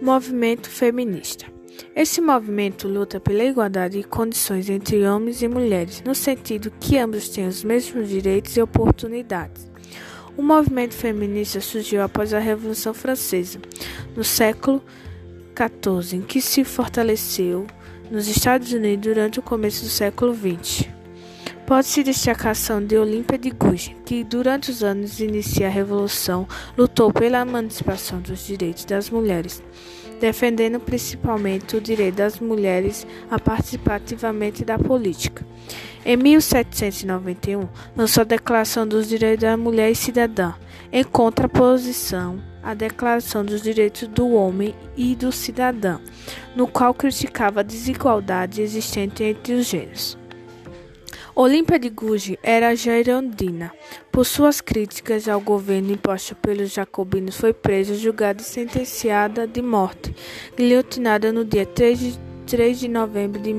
Movimento feminista. Esse movimento luta pela igualdade de condições entre homens e mulheres, no sentido que ambos tenham os mesmos direitos e oportunidades. O movimento feminista surgiu após a Revolução Francesa, no século XIV, em que se fortaleceu nos Estados Unidos durante o começo do século XX. Pode-se destacar a ação de Olímpia de Gouges, que durante os anos de início a Revolução lutou pela emancipação dos direitos das mulheres, defendendo principalmente o direito das mulheres a participar ativamente da política. Em 1791, lançou a Declaração dos Direitos da Mulher e Cidadã, em contraposição à Declaração dos Direitos do Homem e do Cidadão, no qual criticava a desigualdade existente entre os gêneros. Olímpia de Gouges era gerondina. Por suas críticas ao governo imposto pelos jacobinos, foi presa, julgada e sentenciada de morte, guilhotinada no dia 3 de novembro de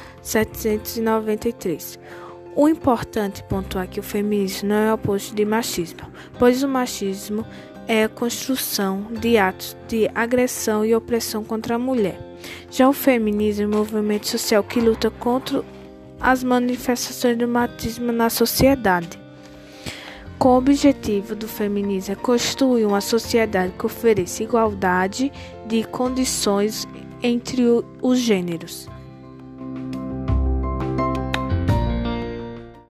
1793. O importante pontuar que o feminismo não é o oposto de machismo, pois o machismo é a construção de atos de agressão e opressão contra a mulher. Já o feminismo é um movimento social que luta contra as manifestações do machismo na sociedade. Com o objetivo do feminismo é construir uma sociedade que ofereça igualdade de condições entre os gêneros.